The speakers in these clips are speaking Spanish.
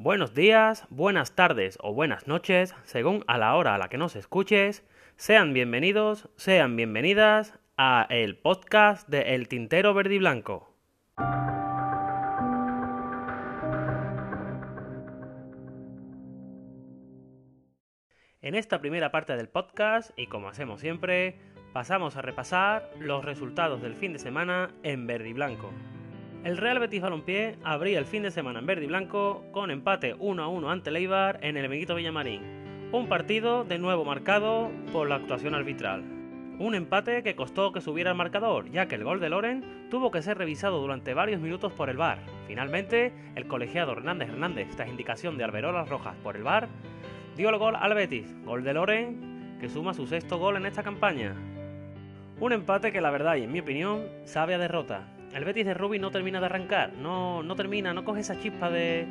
Buenos días, buenas tardes o buenas noches, según a la hora a la que nos escuches. Sean bienvenidos, sean bienvenidas a el podcast de El Tintero Verde y Blanco. En esta primera parte del podcast, y como hacemos siempre, pasamos a repasar los resultados del fin de semana en verde y blanco. El Real Betis Balompié abría el fin de semana en verde y blanco con empate 1-1 ante el Eibar en el Benito Villamarín. Un partido de nuevo marcado por la actuación arbitral. Un empate que costó que subiera el marcador, ya que el gol de Loren tuvo que ser revisado durante varios minutos por el VAR. Finalmente, el colegiado Hernández, tras indicación de Alberolas Rojas por el VAR, dio el gol al Betis, gol de Loren, que suma su sexto gol en esta campaña. Un empate que la verdad y en mi opinión sabe a derrota. El Betis de Rubi no termina de arrancar, no coge esa chispa de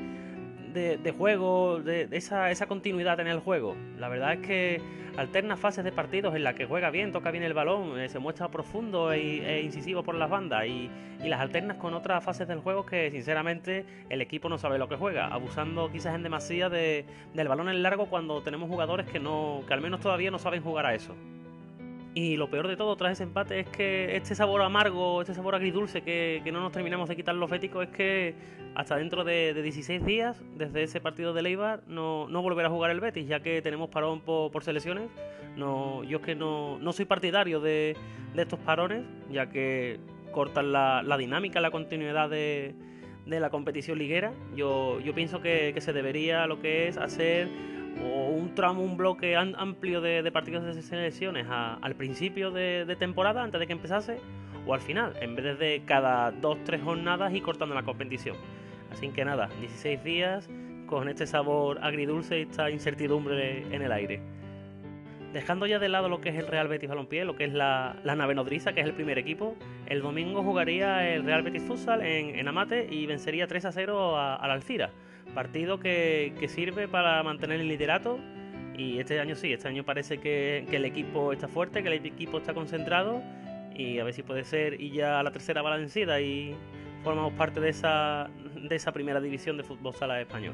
juego, de esa continuidad en el juego. La verdad es que alterna fases de partidos en las que juega bien, toca bien el balón, se muestra profundo e incisivo por las bandas y las alternas con otras fases del juego que sinceramente el equipo no sabe lo que juega, abusando quizás en demasía del balón en largo cuando tenemos jugadores que al menos todavía no saben jugar a eso. Y lo peor de todo tras ese empate es que este sabor amargo, este sabor agridulce que no nos terminamos de quitar los béticos es que hasta dentro de 16 días, desde ese partido de Eibar, no volverá a jugar el Betis, ya que tenemos parón por selecciones. Yo es que no soy partidario de estos parones, ya que cortan la dinámica, la continuidad de la competición liguera. Yo pienso que se debería lo que es hacer o un bloque amplio de partidos de selecciones al principio de temporada, antes de que empezase, o al final, en vez de cada 2-3 jornadas y cortando la competición. Así que nada, 16 días con este sabor agridulce y esta incertidumbre en el aire. Dejando ya de lado lo que es el Real Betis Balompié, lo que es la nave nodriza, que es el primer equipo, el domingo jugaría el Real Betis Futsal en Amate y vencería 3-0 al Alcira. Partido que sirve para mantener el liderato y este año parece que el equipo está fuerte, que el equipo está concentrado y a ver si puede ser y ya la tercera va vencida y formamos parte de esa primera división de fútbol sala español.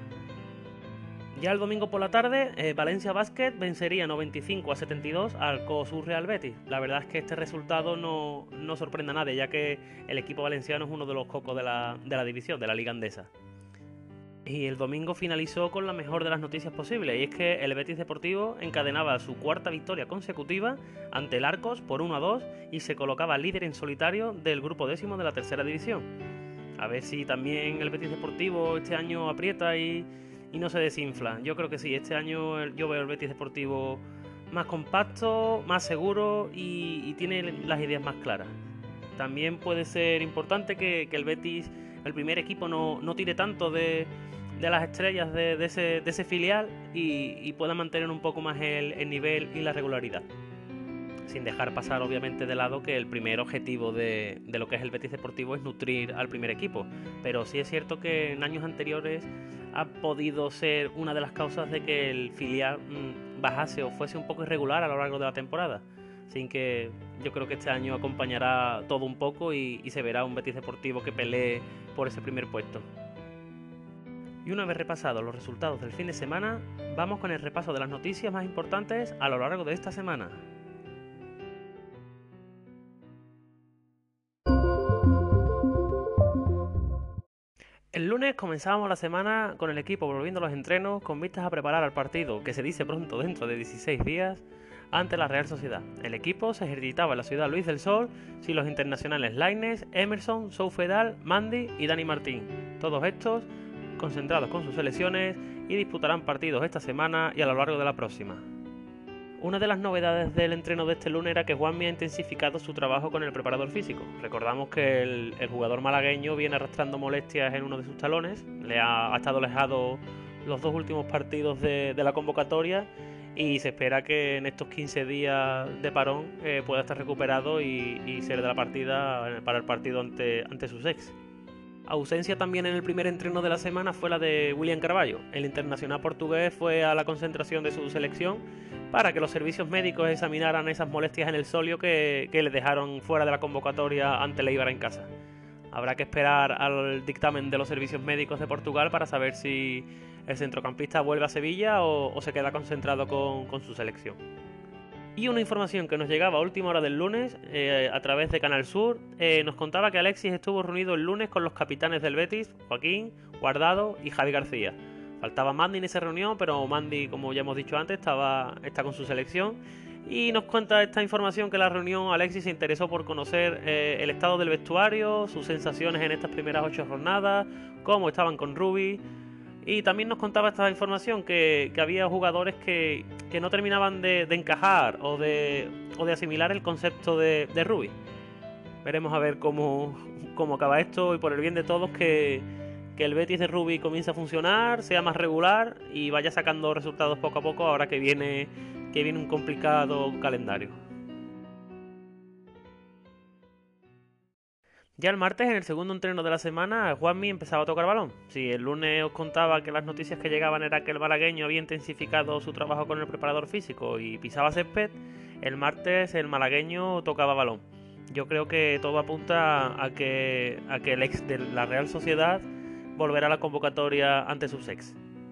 Ya el domingo por la tarde, Valencia Basket vencería 95-72 al COSUR Real Betis. La verdad es que este resultado no sorprende a nadie, ya que el equipo valenciano es uno de los cocos de la división, de la Liga Andesa. Y el domingo finalizó con la mejor de las noticias posibles, y es que el Betis Deportivo encadenaba su cuarta victoria consecutiva ante el Arcos por 1-2 y se colocaba líder en solitario del grupo décimo de la tercera división. A ver si también el Betis Deportivo este año aprieta y no se desinfla. Yo creo que sí, este año yo veo el Betis Deportivo más compacto, más seguro y tiene las ideas más claras. También puede ser importante que el Betis, el primer equipo, no tire tanto de las estrellas de ese filial y pueda mantener un poco más el nivel y la regularidad, sin dejar pasar obviamente de lado que el primer objetivo de lo que es el Betis Deportivo es nutrir al primer equipo, pero sí es cierto que en años anteriores ha podido ser una de las causas de que el filial bajase o fuese un poco irregular a lo largo de la temporada, así que yo creo que este año acompañará todo un poco y se verá un Betis Deportivo que pelee por ese primer puesto. Y una vez repasados los resultados del fin de semana, vamos con el repaso de las noticias más importantes a lo largo de esta semana. El lunes comenzábamos la semana con el equipo volviendo a los entrenos con vistas a preparar al partido, que se dice pronto dentro de 16 días, ante la Real Sociedad. El equipo se ejercitaba en la ciudad Luis del Sol sin los internacionales Lainez, Emerson, Soufedal, Mandy y Dani Martín. Todos estos concentrados con sus selecciones y disputarán partidos esta semana y a lo largo de la próxima. Una de las novedades del entreno de este lunes era que Juanmi ha intensificado su trabajo con el preparador físico. Recordamos que el jugador malagueño viene arrastrando molestias en uno de sus talones, le ha estado alejado los dos últimos partidos de la convocatoria y se espera que en estos 15 días de parón pueda estar recuperado y ser de la partida para el partido ante sus ex. Ausencia también en el primer entreno de la semana fue la de William Carvalho. El internacional portugués fue a la concentración de su selección para que los servicios médicos examinaran esas molestias en el sóleo que le dejaron fuera de la convocatoria ante el Eibar en casa. Habrá que esperar al dictamen de los servicios médicos de Portugal para saber si el centrocampista vuelve a Sevilla o se queda concentrado con su selección. Y una información que nos llegaba a última hora del lunes a través de Canal Sur nos contaba que Alexis estuvo reunido el lunes con los capitanes del Betis, Joaquín, Guardado y Javi García. Faltaba Mandy en esa reunión, pero Mandy, como ya hemos dicho antes, está con su selección. Y nos cuenta esta información que en la reunión Alexis se interesó por conocer el estado del vestuario, sus sensaciones en estas primeras 8 jornadas, cómo estaban con Rubi. Y también nos contaba esta información que había jugadores que no terminaban de encajar o de asimilar el concepto de Rubi. Veremos a ver cómo acaba esto y por el bien de todos que el Betis de Rubi comience a funcionar, sea más regular y vaya sacando resultados poco a poco ahora que viene un complicado calendario. Ya el martes, en el segundo entreno de la semana, Juanmi empezaba a tocar balón. Si el lunes os contaba que las noticias que llegaban era que el malagueño había intensificado su trabajo con el preparador físico y pisaba césped, el martes el malagueño tocaba balón. Yo creo que todo apunta a que el ex de la Real Sociedad volverá a la convocatoria ante sus ex.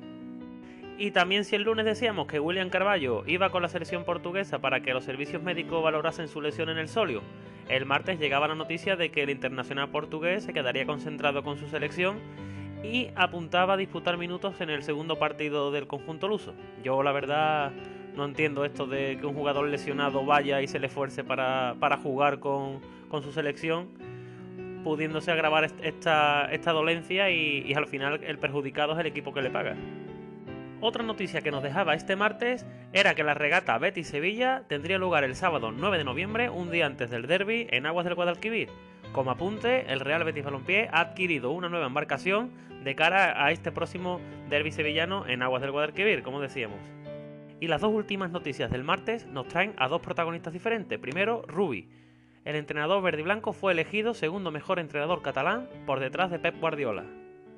Y también si el lunes decíamos que William Carvalho iba con la selección portuguesa para que los servicios médicos valorasen su lesión en el sóleo, el martes llegaba la noticia de que el internacional portugués se quedaría concentrado con su selección y apuntaba a disputar minutos en el segundo partido del conjunto luso. Yo la verdad no entiendo esto de que un jugador lesionado vaya y se le esfuerce para jugar con su selección, pudiéndose agravar esta dolencia y al final el perjudicado es el equipo que le paga. Otra noticia que nos dejaba este martes era que la regata Betis-Sevilla tendría lugar el sábado 9 de noviembre, un día antes del derbi, en aguas del Guadalquivir. Como apunte, el Real Betis Balompié ha adquirido una nueva embarcación de cara a este próximo derbi sevillano en aguas del Guadalquivir, como decíamos. Y las dos últimas noticias del martes nos traen a dos protagonistas diferentes. Primero, Rubi. El entrenador verde y blanco fue elegido segundo mejor entrenador catalán por detrás de Pep Guardiola.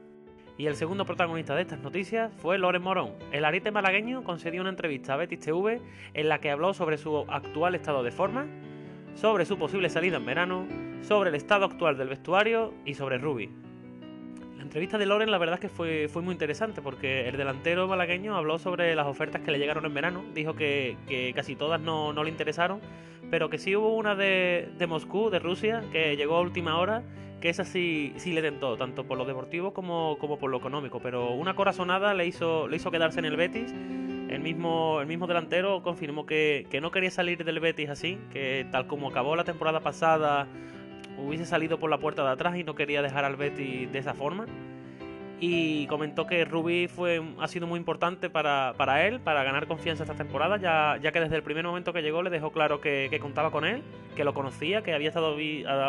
Y el segundo protagonista de estas noticias fue Loren Morón. El ariete malagueño concedió una entrevista a Betis TV en la que habló sobre su actual estado de forma, sobre su posible salida en verano, sobre el estado actual del vestuario y sobre Rubi. La entrevista de Loren la verdad es que fue muy interesante porque el delantero malagueño habló sobre las ofertas que le llegaron en verano, dijo que casi todas no le interesaron, pero que sí hubo una de Moscú, de Rusia, que llegó a última hora, que esa sí le tentó, tanto por lo deportivo como por lo económico, pero una corazonada le hizo quedarse en el Betis. El mismo delantero confirmó que no quería salir del Betis así, que tal como acabó la temporada pasada hubiese salido por la puerta de atrás y no quería dejar al Betis de esa forma. Y comentó que Rubi ha sido muy importante para él, para ganar confianza esta temporada, ya que desde el primer momento que llegó le dejó claro que contaba con él, que lo conocía, que había estado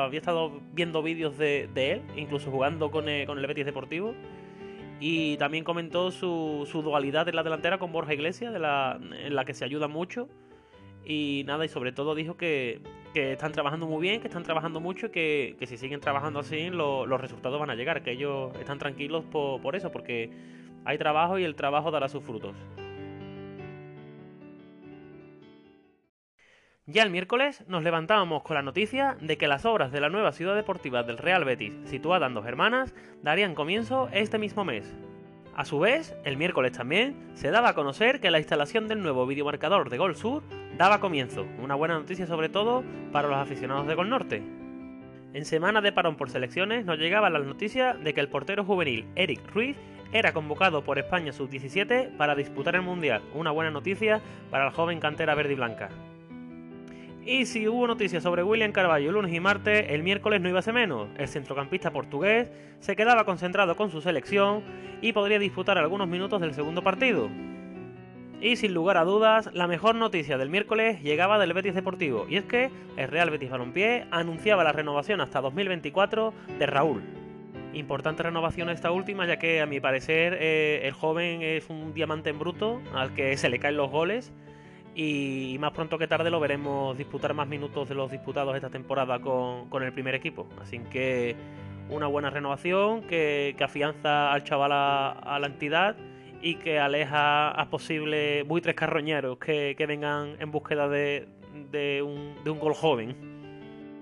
viendo vídeos de él, incluso jugando con el Betis Deportivo. Y también comentó su dualidad en la delantera con Borja Iglesias, en la que se ayuda mucho. Y nada, y sobre todo dijo que están trabajando muy bien, que están trabajando mucho y que si siguen trabajando así los resultados van a llegar, que ellos están tranquilos por eso, porque hay trabajo y el trabajo dará sus frutos. Ya el miércoles nos levantábamos con la noticia de que las obras de la nueva ciudad deportiva del Real Betis, situada en Dos Hermanas, darían comienzo este mismo mes. A su vez, el miércoles también se daba a conocer que la instalación del nuevo videomarcador de Gol Sur daba comienzo, una buena noticia sobre todo para los aficionados de Gol Norte. En semana de parón por selecciones nos llegaban las noticias de que el portero juvenil Eric Ruiz era convocado por España Sub-17 para disputar el Mundial, una buena noticia para la joven cantera verde y blanca. Y si hubo noticias sobre William Carvalho lunes y martes, el miércoles no iba a ser menos. El centrocampista portugués se quedaba concentrado con su selección y podría disputar algunos minutos del segundo partido. Y sin lugar a dudas, la mejor noticia del miércoles llegaba del Betis Deportivo, y es que el Real Betis Balompié anunciaba la renovación hasta 2024 de Raúl. Importante renovación esta última, ya que a mi parecer el joven es un diamante en bruto al que se le caen los goles. Y más pronto que tarde lo veremos disputar más minutos de los disputados esta temporada con el primer equipo. Así que una buena renovación que afianza al chaval a la entidad y que aleja a posibles buitres carroñeros que vengan en búsqueda de un gol joven.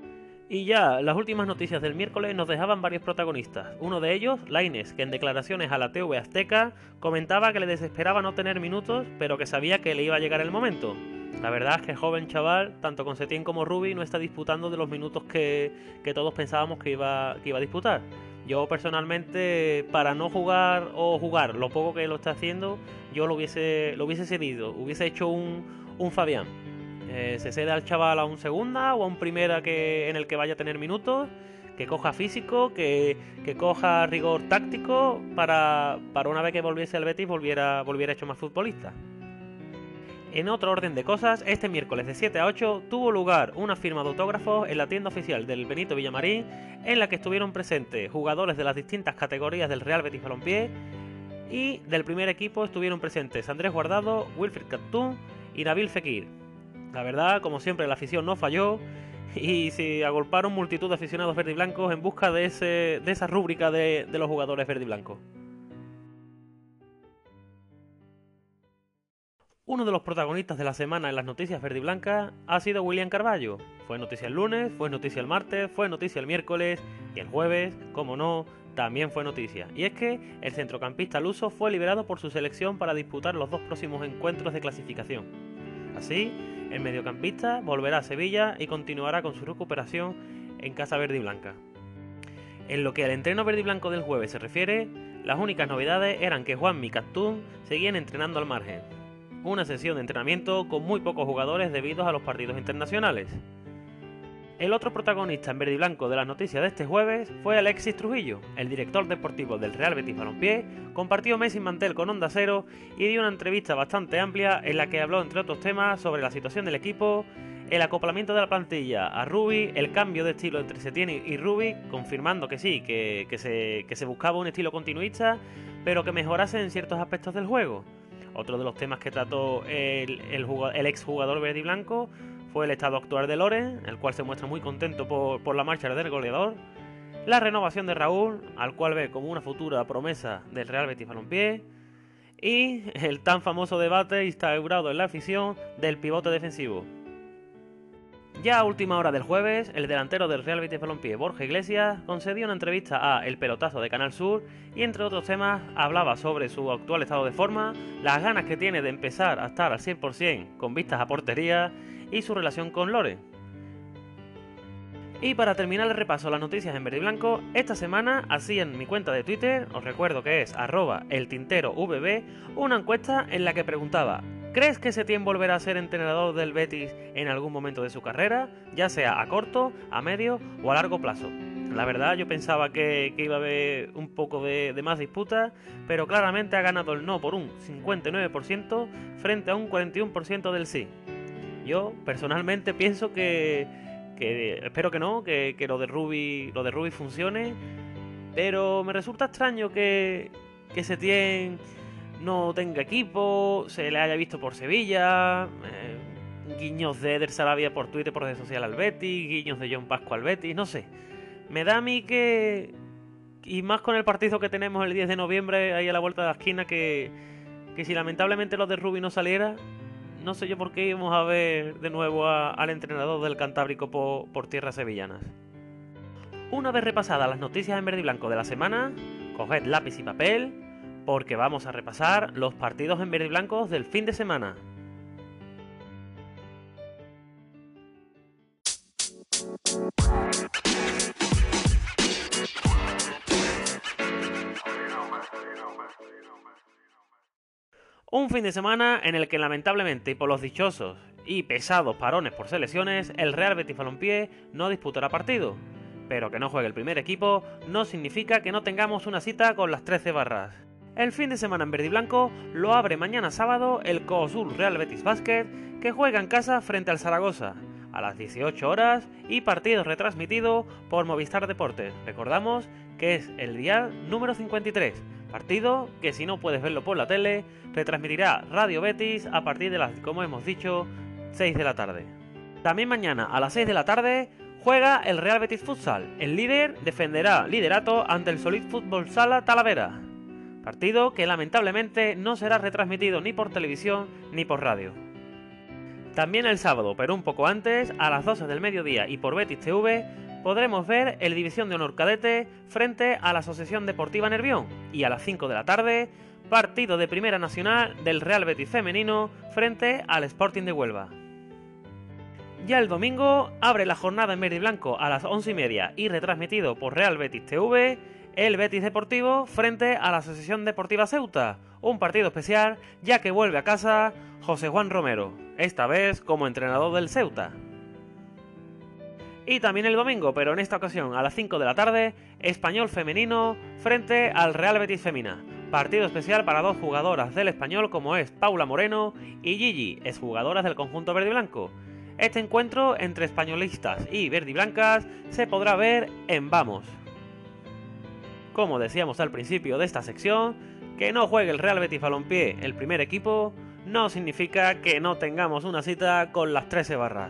Y ya, las últimas noticias del miércoles nos dejaban varios protagonistas. Uno de ellos, Lainez, que en declaraciones a la TV Azteca comentaba que le desesperaba no tener minutos, pero que sabía que le iba a llegar el momento. La verdad es que el joven chaval, tanto con Setién como Rubi, no está disputando de los minutos que todos pensábamos que iba a disputar. Yo personalmente, para no jugar o jugar lo poco que lo está haciendo, yo lo hubiese cedido, hubiese hecho un Fabián. Se cede al chaval a un segunda o a un primera en el que vaya a tener minutos, que coja físico, que coja rigor táctico para una vez que volviese al Betis volviera hecho más futbolista. En otro orden de cosas, este miércoles de 7 a 8 tuvo lugar una firma de autógrafos en la tienda oficial del Benito Villamarín, en la que estuvieron presentes jugadores de las distintas categorías del Real Betis Balompié, y del primer equipo estuvieron presentes Andrés Guardado, Wilfried Kattún y Nabil Fekir. La verdad, como siempre, la afición no falló y se agolparon multitud de aficionados verde y blancos en busca de esa rúbrica de los jugadores verde y blancos. Uno de los protagonistas de la semana en las noticias verde y blancas ha sido William Carballo. Fue noticia el lunes, fue noticia el martes, fue noticia el miércoles y el jueves, como no, también fue noticia. Y es que el centrocampista luso fue liberado por su selección para disputar los 2 próximos encuentros de clasificación. Así, el mediocampista volverá a Sevilla y continuará con su recuperación en casa verde y blanca. En lo que al entreno verde y blanco del jueves se refiere, las únicas novedades eran que Juanmi y Kattún seguían entrenando al margen. Una sesión de entrenamiento con muy pocos jugadores debido a los partidos internacionales. El otro protagonista en verde y blanco de las noticias de este jueves fue Alexis Trujillo. El director deportivo del Real Betis Balompié compartió mes sin mantel con Onda Cero y dio una entrevista bastante amplia en la que habló, entre otros temas, sobre la situación del equipo, el acoplamiento de la plantilla a Rubi, el cambio de estilo entre Setién y Rubi, confirmando que sí, que se buscaba un estilo continuista, pero que mejorase en ciertos aspectos del juego. Otro de los temas que trató el exjugador verde y blanco fue el estado actual de Loren, el cual se muestra muy contento por la marcha del goleador, la renovación de Raúl, al cual ve como una futura promesa del Real Betis Balompié, y el tan famoso debate instaurado en la afición del pivote defensivo. Ya a última hora del jueves, el delantero del Real Betis Balompié, Borja Iglesias, concedió una entrevista a El Pelotazo de Canal Sur y, entre otros temas, hablaba sobre su actual estado de forma, las ganas que tiene de empezar a estar al 100% con vistas a portería y su relación con Loren. Y para terminar el repaso a las noticias en verde y blanco, esta semana hacía en mi cuenta de Twitter, os recuerdo que es @eltinterovb, una encuesta en la que preguntaba: ¿crees que Setién volverá a ser entrenador del Betis en algún momento de su carrera, ya sea a corto, a medio o a largo plazo? La verdad, yo pensaba que iba a haber un poco de más disputa, pero claramente ha ganado el no por un 59% frente a un 41% del sí. Yo personalmente pienso que espero que no, que lo de Rubi funcione, pero me resulta extraño que Setién no tenga equipo, se le haya visto por Sevilla, guiños de Eder Sarabia por Twitter, por redes sociales al Betis, guiños de John Pascual al Betis, no sé. Me da a mí que, y más con el partido que tenemos el 10 de noviembre ahí a la vuelta de la esquina, que si lamentablemente lo de Rubi no saliera, no sé yo por qué íbamos a ver de nuevo al entrenador del Cantábrico por tierras sevillanas. Una vez repasadas las noticias en verde y blanco de la semana, coged lápiz y papel, porque vamos a repasar los partidos en verde y blanco del fin de semana. Un fin de semana en el que lamentablemente y por los dichosos y pesados parones por selecciones, el Real Betis Balompié no disputará partido. Pero que no juegue el primer equipo no significa que no tengamos una cita con las 13 barras. El fin de semana en verde y blanco lo abre mañana sábado el COSUR Real Betis Basket, que juega en casa frente al Zaragoza a las 18 horas y partido retransmitido por Movistar Deportes. Recordamos que es el dial número 53, partido que, si no puedes verlo por la tele, retransmitirá Radio Betis a partir de las, como hemos dicho, 6 de la tarde. También mañana a las 6 de la tarde juega el Real Betis Futsal. El líder defenderá liderato ante el Solid Fútbol Sala Talavera. Partido que lamentablemente no será retransmitido ni por televisión ni por radio. También el sábado, pero un poco antes, a las 12 del mediodía y por Betis TV, podremos ver el División de Honor Cadete frente a la Asociación Deportiva Nervión y a las 5 de la tarde, partido de Primera Nacional del Real Betis femenino frente al Sporting de Huelva. Ya el domingo abre la jornada en verde y blanco a las 11:30 y retransmitido por Real Betis TV, el Betis Deportivo frente a la Asociación Deportiva Ceuta, un partido especial ya que vuelve a casa José Juan Romero, esta vez como entrenador del Ceuta. Y también el domingo, pero en esta ocasión a las 5 de la tarde, Español femenino frente al Real Betis Femina. Partido especial para dos jugadoras del Español como es Paula Moreno y Gigi, exjugadoras del conjunto verde y blanco. Este encuentro entre españolistas y verde y blancas se podrá ver en Vamos. Como decíamos al principio de esta sección, que no juegue el Real Betis Balompié el primer equipo no significa que no tengamos una cita con las 13 barras.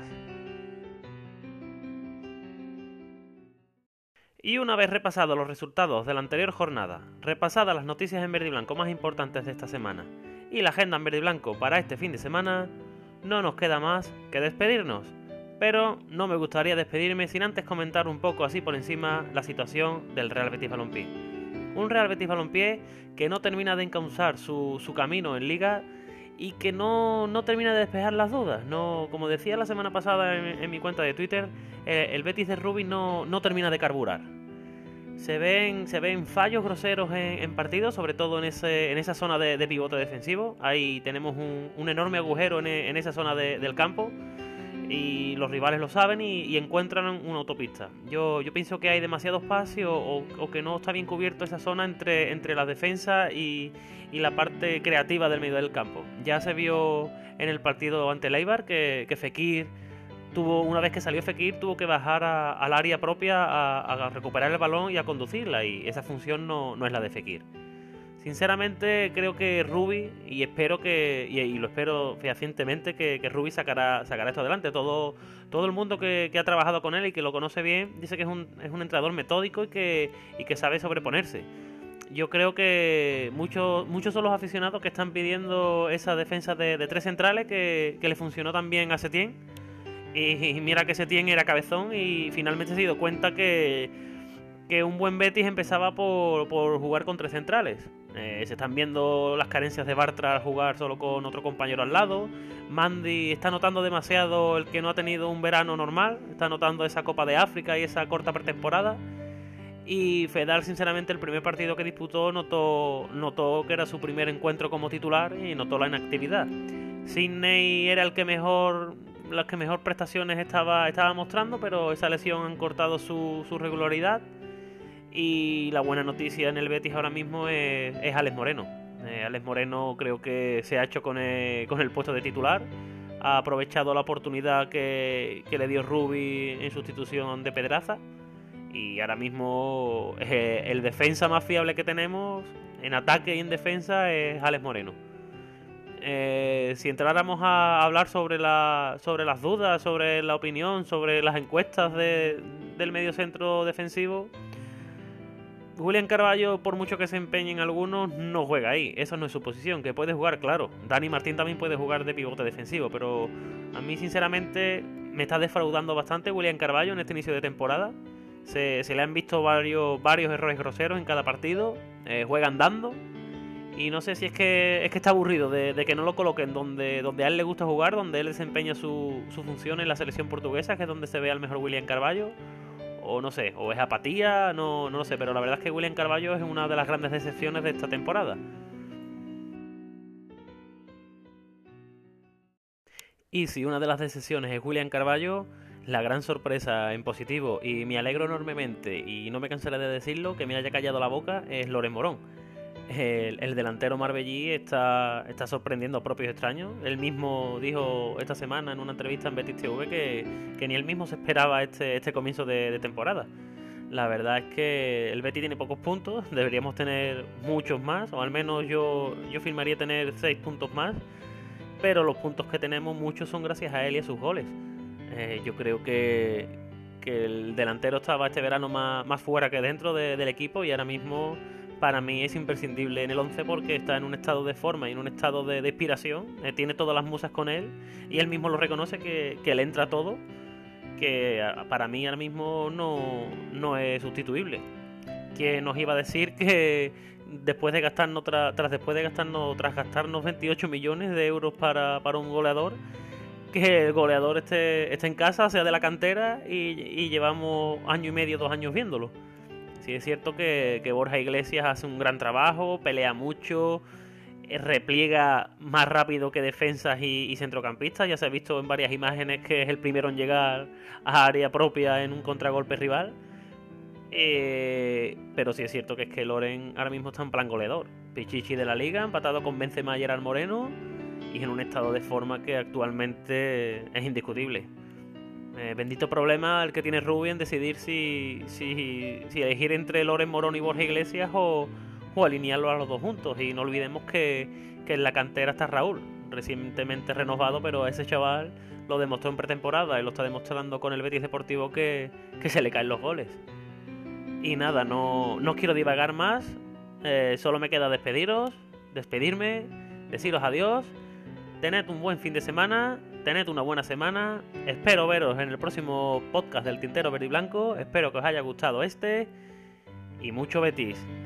Y una vez repasados los resultados de la anterior jornada, repasadas las noticias en verde y blanco más importantes de esta semana y la agenda en verde y blanco para este fin de semana, no nos queda más que despedirnos. Pero no me gustaría despedirme sin antes comentar un poco así por encima la situación del Real Betis Balompié. Un Real Betis Balompié que no termina de encauzar su camino en Liga y que no termina de despejar las dudas. No, como decía la semana pasada en mi cuenta de Twitter, el Betis de Rubi no termina de carburar. Se ven fallos groseros en partidos, sobre todo en esa zona de pivote defensivo. Ahí tenemos un enorme agujero en esa zona del campo y los rivales lo saben y encuentran una autopista. Yo pienso que hay demasiado espacio o que no está bien cubierto esa zona entre la defensa y la parte creativa del medio del campo. Ya se vio en el partido ante el Eibar que Fekir una vez que salió Fekir, tuvo que bajar al área propia a recuperar el balón y a conducirla, y esa función no es la de Fekir. Sinceramente creo que Rubi, y lo espero fehacientemente, que Rubi sacará esto adelante. Todo el mundo que ha trabajado con él y que lo conoce bien dice que es un entrenador metódico y que sabe sobreponerse. Yo creo que muchos son los aficionados que están pidiendo esa defensa de tres centrales que le funcionó tan bien a Setién. Y mira que Setién era cabezón y finalmente se dio cuenta que un buen Betis empezaba por jugar con tres centrales. Se están viendo las carencias de Bartra al jugar solo con otro compañero al lado. Mandy está notando demasiado el que no ha tenido un verano normal. Está notando esa Copa de África y esa corta pretemporada. Y Fedal, sinceramente, el primer partido que disputó notó que era su primer encuentro como titular y notó la inactividad. Sidney era las que mejor prestaciones estaba mostrando, pero esa lesión han cortado su regularidad. Y la buena noticia en el Betis ahora mismo es Alex Moreno. Alex Moreno creo que se ha hecho con el puesto de titular. Ha aprovechado la oportunidad que le dio Rubi en sustitución de Pedraza. Y ahora mismo el defensa más fiable que tenemos en ataque y en defensa es Alex Moreno. Si entráramos a hablar sobre las dudas, sobre la opinión, sobre las encuestas del mediocentro defensivo, William Carballo, por mucho que se empeñen algunos, no juega ahí. Esa no es su posición, que puede jugar, claro. Dani Martín también puede jugar de pivote defensivo, pero a mí sinceramente me está defraudando bastante William Carballo en este inicio de temporada. Se le han visto varios errores groseros en cada partido, juega andando. Y no sé si es que está aburrido de que no lo coloquen donde a él le gusta jugar, donde él desempeña su función en la selección portuguesa, que es donde se ve al mejor William Carballo. O no sé, o es apatía, no lo sé, pero la verdad es que William Carballo es una de las grandes decepciones de esta temporada. Y si una de las decepciones es William Carballo, la gran sorpresa en positivo, y me alegro enormemente, y no me cansaré de decirlo, que me haya callado la boca, es Loren Morón. El delantero marbellí está sorprendiendo a propios extraños. Él mismo dijo esta semana en una entrevista en Betis TV que ni él mismo se esperaba este comienzo de temporada. La verdad es que el Betis tiene pocos puntos, deberíamos tener muchos más, o al menos yo firmaría tener 6 puntos más, pero los puntos que tenemos muchos son gracias a él y a sus goles. Yo creo que el delantero estaba este verano más fuera que dentro del equipo, y ahora mismo para mí es imprescindible en el 11 porque está en un estado de forma y en un estado de inspiración. Tiene todas las musas con él y él mismo lo reconoce que le entra todo. que para mí ahora mismo no es sustituible. ¿Quién nos iba a decir que después de gastarnos tras gastarnos 28 millones de euros para un goleador, que el goleador esté en casa, sea de la cantera y llevamos año y medio, 2 años viéndolo? Sí es cierto que Borja Iglesias hace un gran trabajo, pelea mucho, repliega más rápido que defensas y centrocampistas. Ya se ha visto en varias imágenes que es el primero en llegar a área propia en un contragolpe rival. Pero sí es cierto que es que Loren ahora mismo está en plan goleador. Pichichi de la liga, empatado con Benzema y Gerard Moreno, y en un estado de forma que actualmente es indiscutible. Bendito problema el que tiene Rubio en decidir si elegir entre Loren Morón y Borja Iglesias o alinearlo a los dos juntos. Y no olvidemos que en la cantera está Raúl, recientemente renovado, pero a ese chaval lo demostró en pretemporada y lo está demostrando con el Betis Deportivo que se le caen los goles. Y nada, no quiero divagar más, solo me queda despedirme, deciros adiós. Tened un buen fin de semana, tened una buena semana. Espero veros en el próximo podcast del Tintero Verde y Blanco. Espero que os haya gustado y mucho Betis.